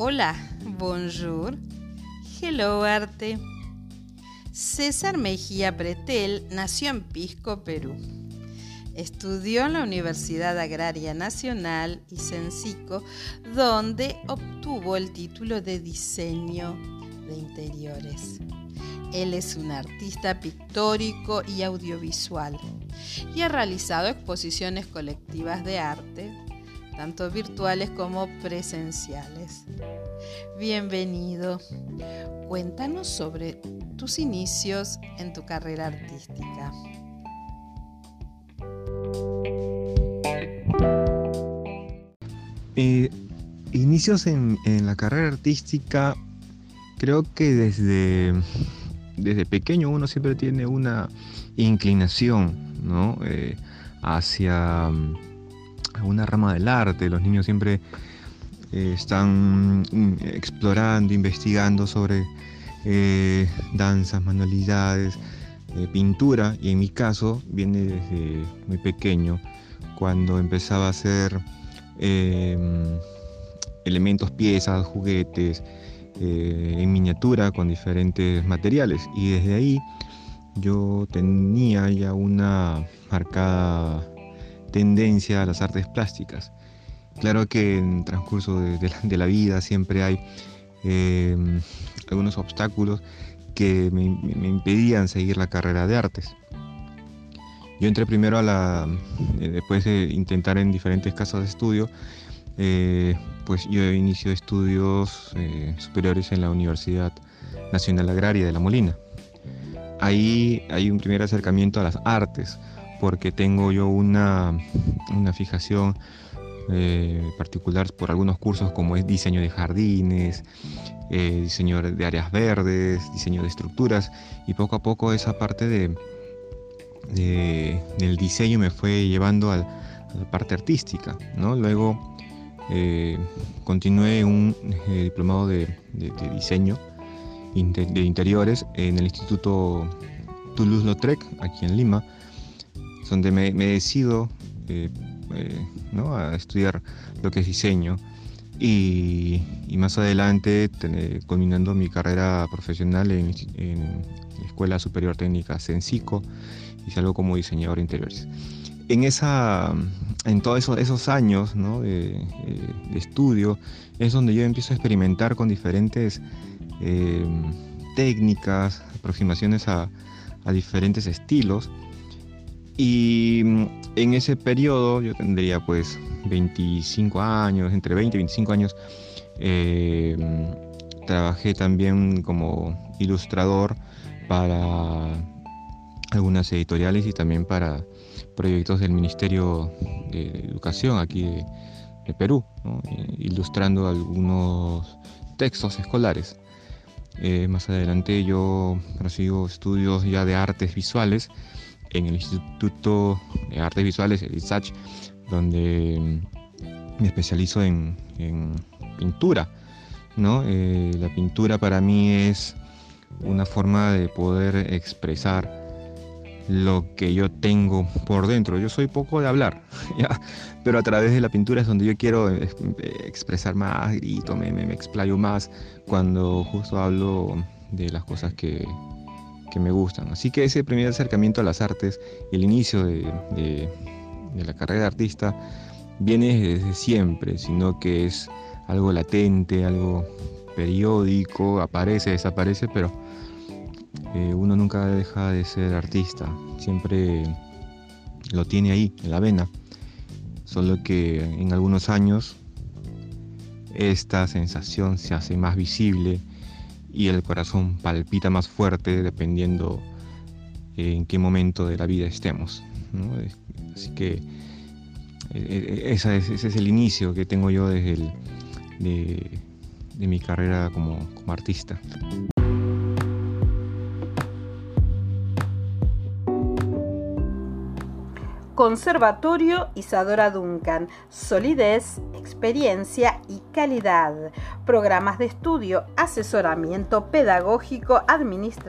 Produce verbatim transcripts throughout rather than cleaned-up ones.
Hola, bonjour, hello arte. César Mejía Pretel nació en Pisco, Perú. Estudió en la Universidad Agraria Nacional y Censico, donde obtuvo el título de diseño de interiores. Él es un artista pictórico y audiovisual y ha realizado exposiciones colectivas de arte, tanto virtuales como presenciales. Bienvenido. Cuéntanos sobre tus inicios en tu carrera artística. Eh, inicios en, en la carrera artística, creo que desde, desde pequeño uno siempre tiene una inclinación, ¿no? eh, hacia um, una rama del arte. Los niños siempre eh, están mm, explorando, investigando sobre eh, danzas, manualidades, eh, pintura, y en mi caso viene desde muy pequeño, cuando empezaba a hacer eh, elementos, piezas, juguetes eh, en miniatura con diferentes materiales, y desde ahí yo tenía ya una marcada tendencia a las artes plásticas. Claro que en el transcurso de, de, la, de la vida siempre hay eh, algunos obstáculos que me, me impedían seguir la carrera de artes. Yo entré primero a la, eh, después de intentar en diferentes casas de estudio, eh, pues yo inicio estudios eh, superiores en la Universidad Nacional Agraria de La Molina. Ahí hay un primer acercamiento a las artes, porque tengo yo una, una fijación eh, particular por algunos cursos como es diseño de jardines, eh, diseño de áreas verdes, diseño de estructuras, y poco a poco esa parte de, de, del diseño me fue llevando al, a la parte artística, ¿no? Luego eh, continué un eh, diplomado de, de, de diseño de interiores en el Instituto Toulouse-Lautrec, aquí en Lima, donde me, me decido eh, eh, ¿no? a estudiar lo que es diseño, y, y más adelante ten, culminando mi carrera profesional en, en la Escuela Superior Técnica Censico, hice algo como diseñador de interiores. En, esa, en todos esos, esos años, ¿no? de, de estudio es donde yo empiezo a experimentar con diferentes eh, técnicas, aproximaciones a, a diferentes estilos. Y en ese periodo yo tendría pues veinticinco años, entre veinte y veinticinco años. Eh, trabajé también como ilustrador para algunas editoriales y también para proyectos del Ministerio de Educación aquí de, de Perú, ¿no? Ilustrando algunos textos escolares. Eh, más adelante yo prosigo estudios ya de artes visuales en el Instituto de Artes Visuales, el I S A C H, donde me especializo en, en pintura, ¿no? Eh, la pintura para mí es una forma de poder expresar lo que yo tengo por dentro. Yo soy poco de hablar, ¿ya? Pero a través de la pintura es donde yo quiero expresar más, grito, me, me, me explayo más cuando justo hablo de las cosas que que me gustan. Así que ese primer acercamiento a las artes, el inicio de, de, de la carrera de artista, viene desde siempre, sino que es algo latente, algo periódico, aparece, desaparece, pero eh, uno nunca deja de ser artista, siempre lo tiene ahí, en la vena, solo que en algunos años esta sensación se hace más visible y el corazón palpita más fuerte dependiendo en qué momento de la vida estemos, ¿no? Así que esa es, ese es el inicio que tengo yo desde el, de, de mi carrera como, como artista. Conservatorio Isadora Duncan, solidez, experiencia y calidad. Programas de estudio, asesoramiento pedagógico,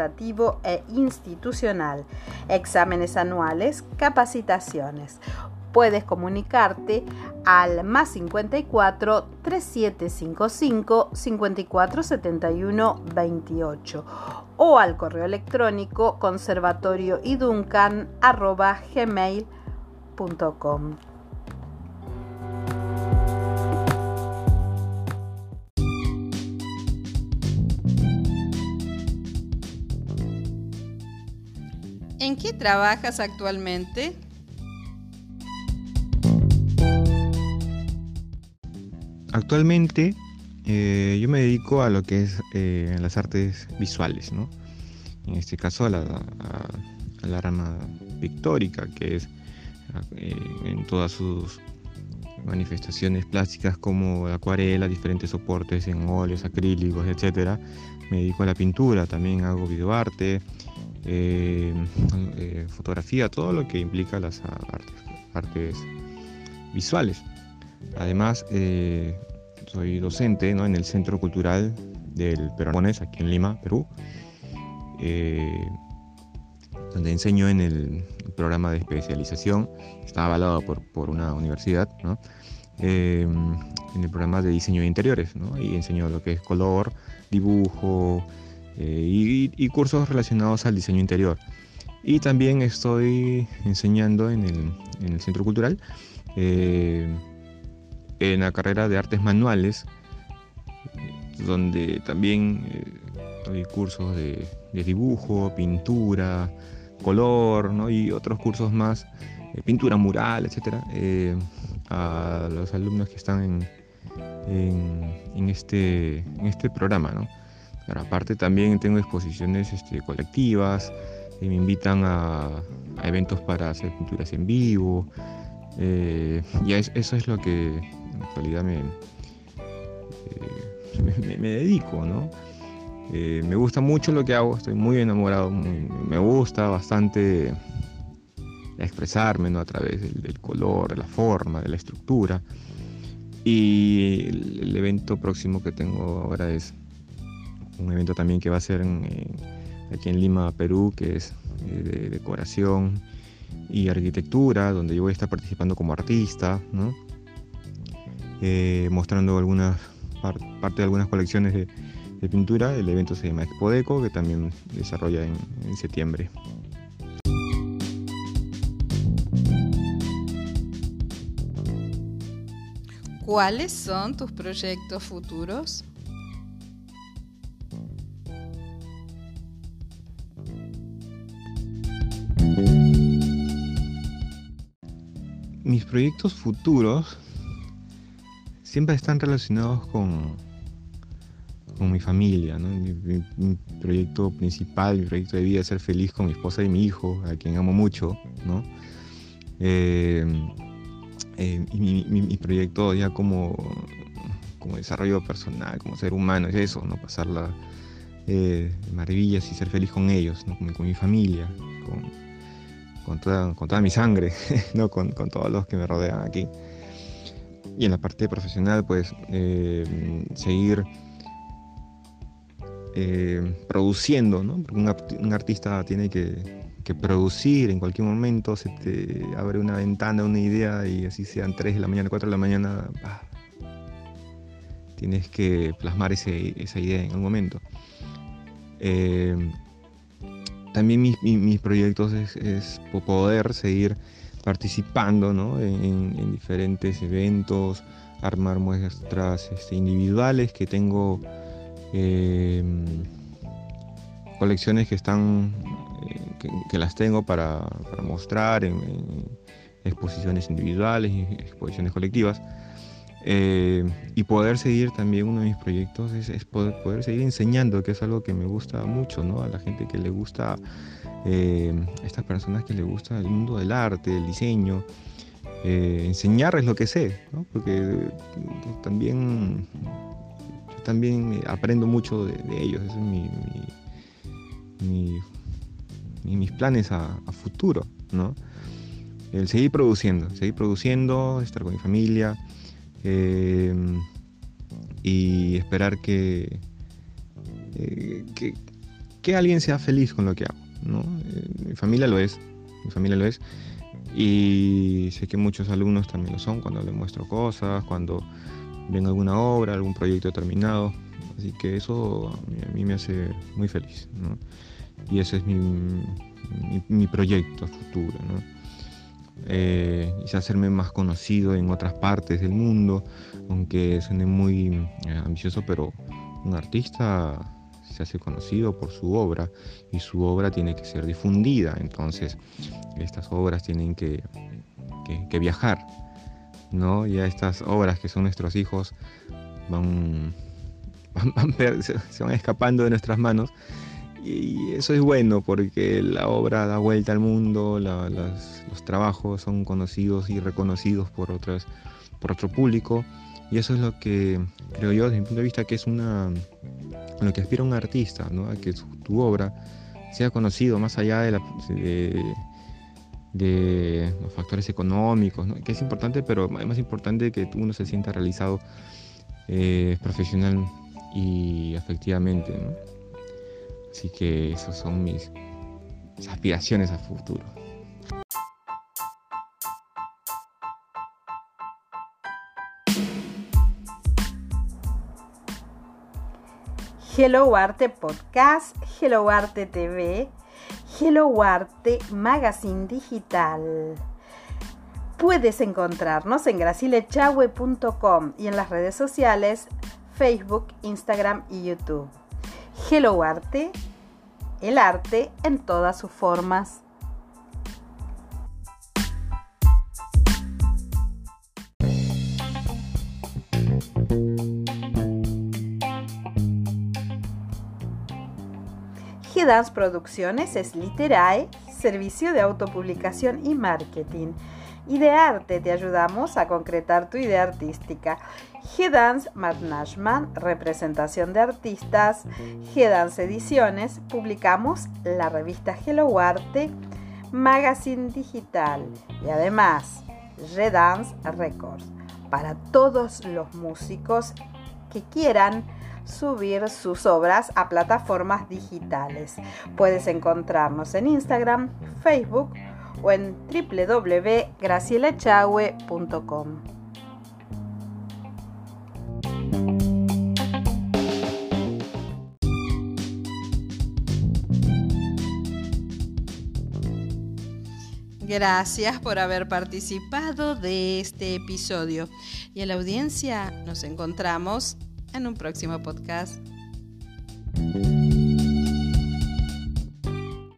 administrativo e institucional. Exámenes anuales, capacitaciones. Puedes comunicarte al más cincuenta y cuatro, treinta y siete cincuenta y cinco, cincuenta y cuatro setenta y uno veintiocho o al correo electrónico conservatorioiduncan arroba gmail punto com. ¿En qué trabajas actualmente? Actualmente eh, yo me dedico a lo que es eh, las artes visuales, ¿no? En este caso a la, a, a la rama pictórica, que es eh, en todas sus manifestaciones plásticas como acuarela, diferentes soportes en óleos, acrílicos, etcétera. Me dedico a la pintura, también hago videoarte, eh, eh, fotografía, todo lo que implica las artes, artes visuales. Además, eh, soy docente, ¿no?, en el Centro Cultural del Peruanes, aquí en Lima, Perú, eh, donde enseño en el programa de especialización. Está avalado por, por una universidad, ¿no?, eh, en el programa de diseño de interiores, ¿no? Y enseño lo que es color, dibujo eh, y, y cursos relacionados al diseño interior. Y también estoy enseñando en el, en el Centro Cultural eh, en la carrera de artes manuales, donde también eh, doy cursos de, de dibujo, pintura, color, ¿no?, y otros cursos más, eh, pintura mural, etcétera, eh, a los alumnos que están en, en, en, este, en este programa, ¿no? Pero aparte también tengo exposiciones este, colectivas, y me invitan a, a eventos para hacer pinturas en vivo, eh, y es, eso es lo que en actualidad me, eh, me, me dedico, ¿no? Eh, me gusta mucho lo que hago, estoy muy enamorado, muy, me gusta bastante expresarme, ¿no?, a través del, del color, de la forma, de la estructura. Y el, el evento próximo que tengo ahora es un evento también que va a ser en, en, aquí en Lima, Perú, que es eh, de decoración y arquitectura, donde yo voy a estar participando como artista, ¿no?, eh, mostrando algunas par, parte de algunas colecciones de, de pintura. El evento se llama Expodeco, que también desarrolla en, en septiembre. ¿Cuáles son tus proyectos futuros? Mis proyectos futuros siempre están relacionados con, con mi familia, ¿no? Mi, mi, mi proyecto principal, mi proyecto de vida es ser feliz con mi esposa y mi hijo, a quien amo mucho, ¿no? Eh, eh, y mi, mi, mi proyecto ya como, como desarrollo personal, como ser humano, es eso, ¿no? Pasarla eh, maravillas y ser feliz con ellos, ¿no? Con, con mi familia, con, con, toda, con toda mi sangre, ¿no? Con, con todos los que me rodean aquí. Y en la parte profesional, pues, eh, seguir eh, produciendo, ¿no? Porque un, un artista tiene que, que producir en cualquier momento. Se te abre una ventana, una idea, y así sean tres de la mañana, cuatro de la mañana, bah, tienes que plasmar ese, esa idea en algún momento. Eh, también mis, mis, mis proyectos es, es poder seguir participando, ¿no?, en, en diferentes eventos, armar muestras este, individuales, que tengo eh, colecciones que están eh, que, que las tengo para, para mostrar en, en exposiciones individuales y exposiciones colectivas, eh, y poder seguir también. Uno de mis proyectos es, es poder, poder seguir enseñando, que es algo que me gusta mucho, ¿no?, a la gente que le gusta, eh, a estas personas que le gusta el mundo del arte, el diseño, eh, enseñarles lo que sé, ¿no? Porque eh, también yo también aprendo mucho de, de ellos. Esos son mi, mi, mi, mis planes a, a futuro, ¿no? El seguir produciendo, seguir produciendo, estar con mi familia, eh, y esperar que, eh, que, que alguien sea feliz con lo que hago, ¿no? Eh, mi familia lo es, mi familia lo es, Y sé que muchos alumnos también lo son cuando les muestro cosas, cuando ven alguna obra, algún proyecto terminado. Así que eso a mí, a mí me hace muy feliz, ¿no? Y ese es mi, mi, mi proyecto futuro, ¿no? Eh, y hacerme más conocido en otras partes del mundo, aunque suene muy eh, ambicioso, pero un artista se hace conocido por su obra y su obra tiene que ser difundida. Entonces estas obras tienen que, que, que viajar, ¿no? Ya estas obras que son nuestros hijos van, van, van se, se van escapando de nuestras manos, y eso es bueno porque la obra da vuelta al mundo, la, las, los trabajos son conocidos y reconocidos por otras, por otro público, y eso es lo que creo yo desde mi punto de vista que es una lo que aspira un artista, ¿no? A que su, tu obra sea conocido más allá de, la, de, de los factores económicos, ¿no? Que es importante, pero es más importante que uno se sienta realizado eh, profesional y afectivamente, ¿no? Así que esas son mis, mis aspiraciones a futuro. Hello Arte Podcast, Hello Arte T V, Hello Arte Magazine Digital. Puedes encontrarnos en graciela echagüe punto com y en las redes sociales Facebook, Instagram y YouTube. Hello Arte, el arte en todas sus formas. G-Dance Producciones es Literae, servicio de autopublicación y marketing. Idearte, te ayudamos a concretar tu idea artística. G-Dance Management, representación de artistas. G-Dance Ediciones, publicamos la revista Hello Arte, Magazine Digital y además G-Dance Records, para todos los músicos que quieran subir sus obras a plataformas digitales. Puedes encontrarnos en Instagram, Facebook o en w w w punto graciela echagüe punto com. Gracias por haber participado de este episodio. Y a la audiencia nos encontramos en un próximo podcast.